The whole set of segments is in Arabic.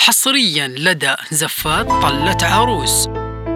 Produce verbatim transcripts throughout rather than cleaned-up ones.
حصريا لدى زفات طلة عروس.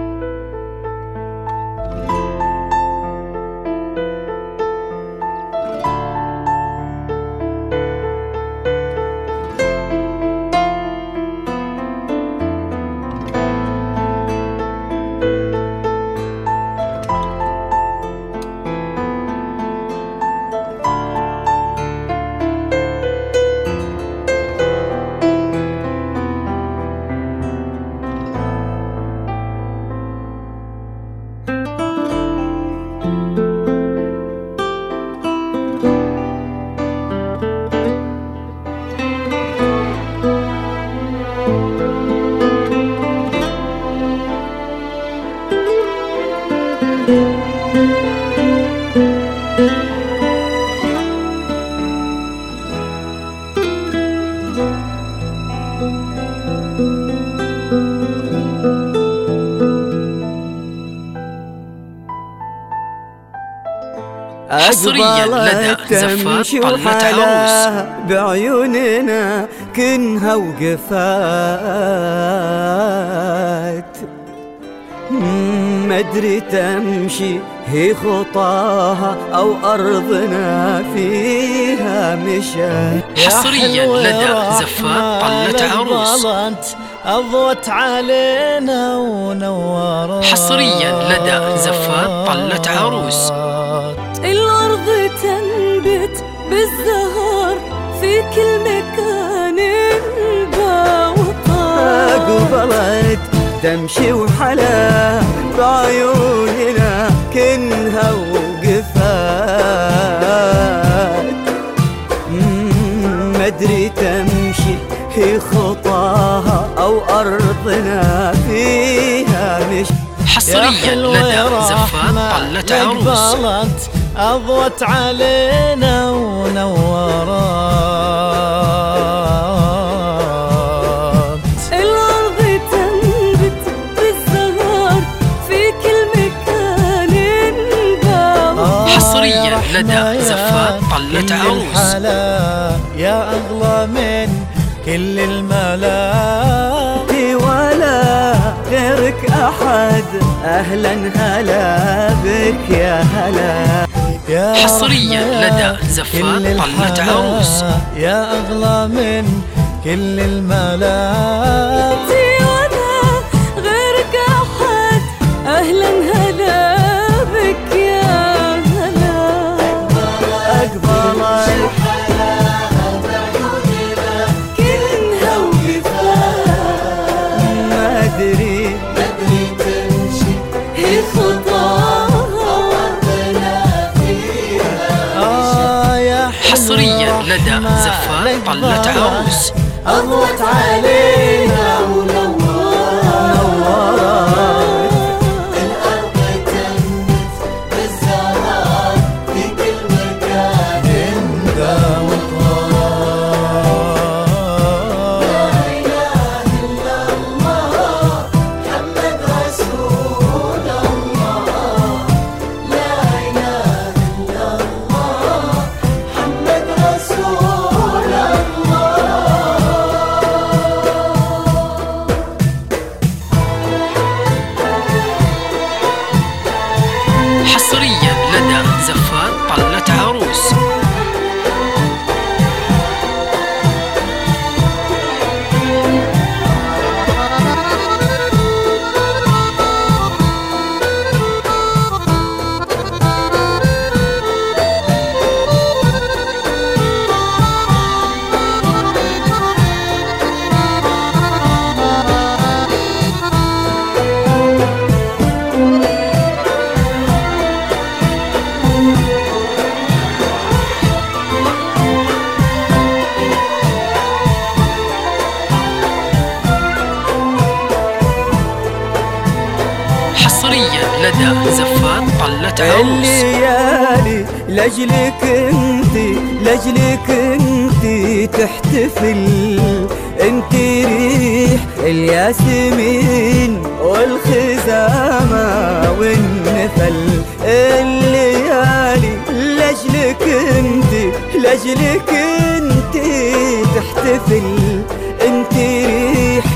حصريا لدى زفات طلة عروس. بعيوننا كنها وقفات، مدري تمشي هي خطاها أو أرضنا فيها مشات. حصريا لدى زفات طلة عروس. أضوت علينا ونورت. حصريا لدى زفات طلة عروس. الأرض تنبت بالزهر في كل مكان باوطات، أقبلت تمشي وحلا بعيوننا كنها وقفات، مدري تمشي هي خطاها أو أرضنا فيها مش. حصريا لدى زفات طلة عروس. أضوت علينا ونورت. الأرض تنبت بالزهر في كل مكان باوطات. حصريا لدى زفات طلة عروس. يا أغلى من كل الملا، ولا غيرك أحد، أهلا هلا بك يا هلا. حصريا لدى زفات طلة عروس. يا أغلى من كل الملا، ولا غيرك أحد، أهلا هلا بك يا هلا. أقبل حصريا لدى زفات طلة عروس. أضوت علينا ونورت. الأرض تنبت بالزهر في كل مكان باوطات. لا إله إلا الله محمد رسول الله. لا إله إلا الله محمد رسول الله. حصريا لدى زفات طلة عروس. حصريا لدى زفات طلة عروس. الليالي لجلك انتي، لجلك انتي تحتفل، انتي ريح الياسمين والخزامة والنفل. الليالي لجلك انتي، لجلك انتي تحتفل، انتي ريح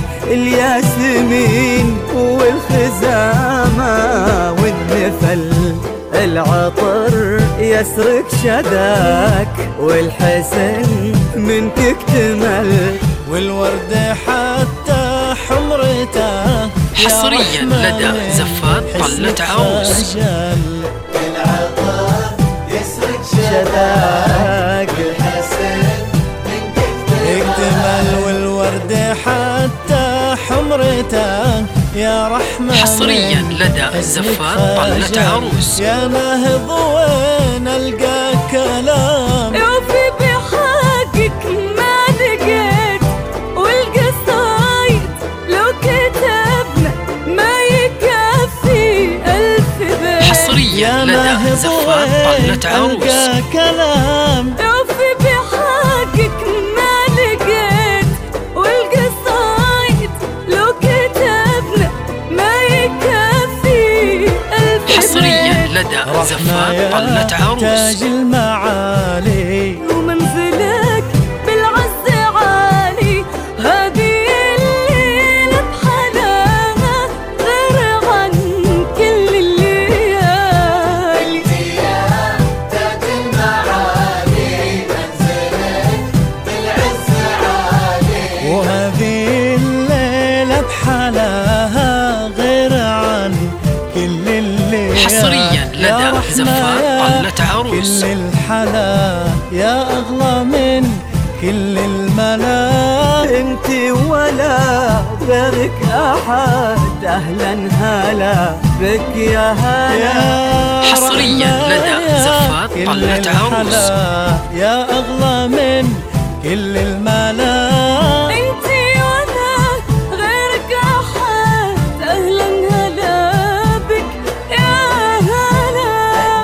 العطر يسرق شذاك، والحسن من تكتمل، والورد حتى حمرته حصريا لدى زفات طلة عروس. العطر يسرق شذاك، الحسن من يكتمل، والورد حتى حمرته يا رحمن. حصريا لدى زفات طلة عروس. يا نهض وين القى كلام يوفي بحقك ما لقيت، والقصايد لو كتبنا ما يكفي ألف بيت. حصريا لدى زفات طلة عروس. ألقى كلام يوفي بحقك ما لقيت، والقصايد لو كتبنا ما يكفي ألف بيت. حصريا لدى زفات طلة عروس. تاج المعالي ومنزلك بالعز عالي، هذه الليلة بحلاها غير عن كل الليالي. يا تاج المعالي منزلك بالعز عالي، وهذه الليلة بحلاها غير عن كل الليالي. حصريا لدى زفات طلة عروس. كل الحلا يا أغلى من كل الملا. انت ولا غيرك احد، اهلا هلا بك يا هلا. حصريا لدى زفات طلة عروس. يا أغلى من كل الملا. انتي وانا غيرك احد، اهلا هلا بك يا هلا.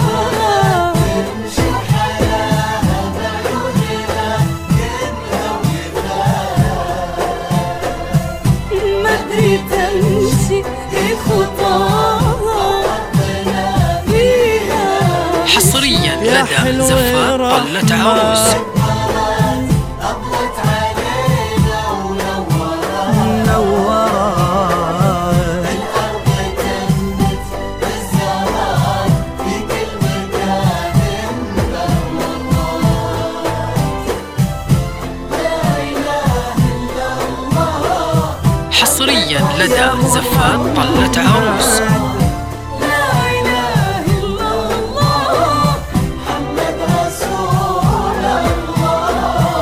تمشي حلاها بعيوننا كلها ويفاها، ما ادري تمشي خطاها فيها. حصريا يا لدى حلوة زفات طلة عروس. أضلت علينا ونورت، منورة الأرض تنبت بالزهر في كل مكان مبررات. لا إله إلا الله، حصريا لدى زفات طلة عروس. لا إله إلا الله، محمد رسول الله.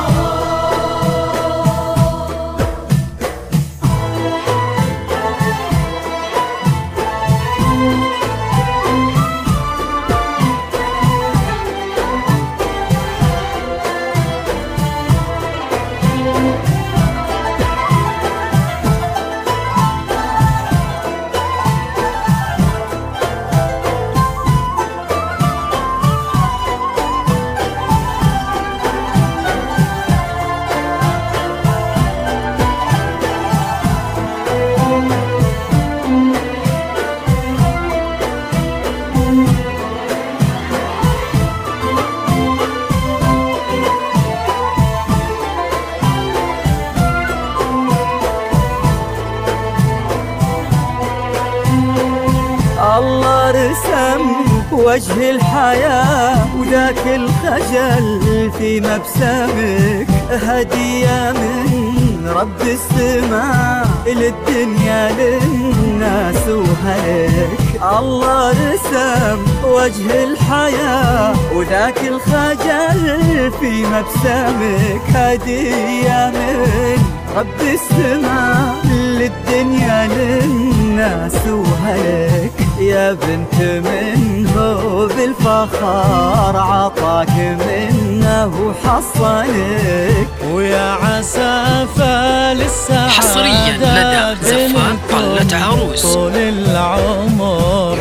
الله رسم وجه الحياة، وذاك الخجل في مبسمك هدية من رب السماء للدنيا للناس وهيك. الله رسم وجه الحياة، وذاك الخجل في مبسمك هدية من رب السماء للدنيا للناس وهيك. يا بنت منه بالفخار عطاك منه وحصلك، ويا عسافة للسعادة حصريا لدى زفات طلة عروس. طول العمر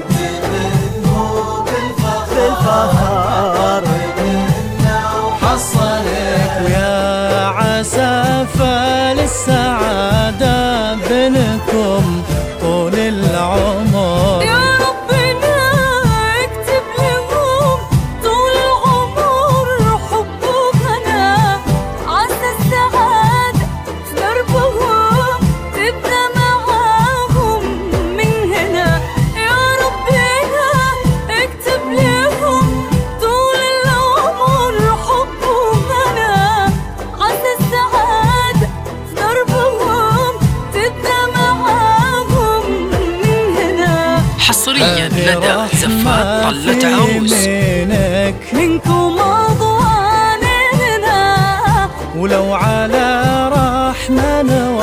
بالفخار حصلك، ويا عسافة للسعادة بينكم طول العمر. يا ربنا اكتب لهم طول العمر حب وغنى، عسى السعادة في دربهم تبقى معاهم من هنا. يا ربنا اكتب حصريا لدى زفات طلة عروس. منكم أضواننا ولو على رحمة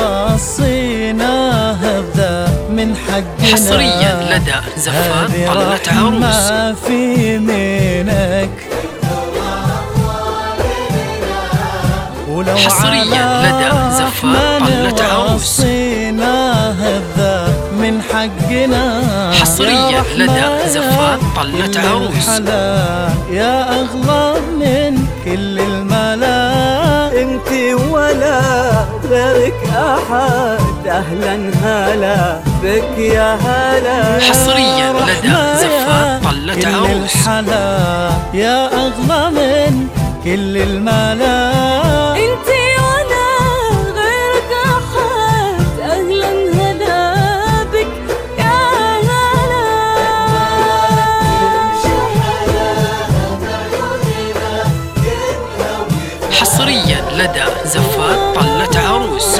نوصيناه بذا من حقنا. حصريا لدى زفات طلة عروس. ما في منك ولو حصريا لدى زفات طلة عروس. من حقنا. حصريا لدى زفات طلة عروس. يا أغلى من كل الملا، انت ولا غيرك احد، اهلا هلا بك يا هلا. حصريا لدى زفات طلة عروس. يا أغلى من كل الملا، انتي ولا غيرك احد، اهلا هلا بك يا هلا. حصريا لدى زفات طلة عروس.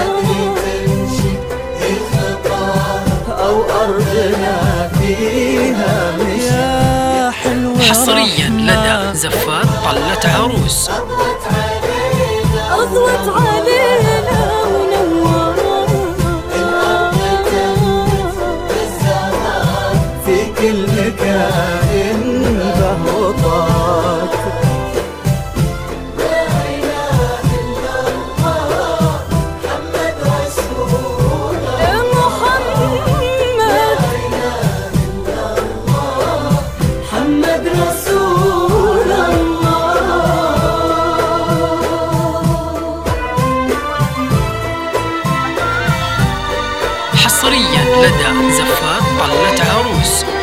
او ارضنا فيها يا حلوة حصريا لدى زفات طلة عروس. أضوت علينا في كل مكان بهوطات. محمد رسول الله. حصريا لدى زفات طلة عروس.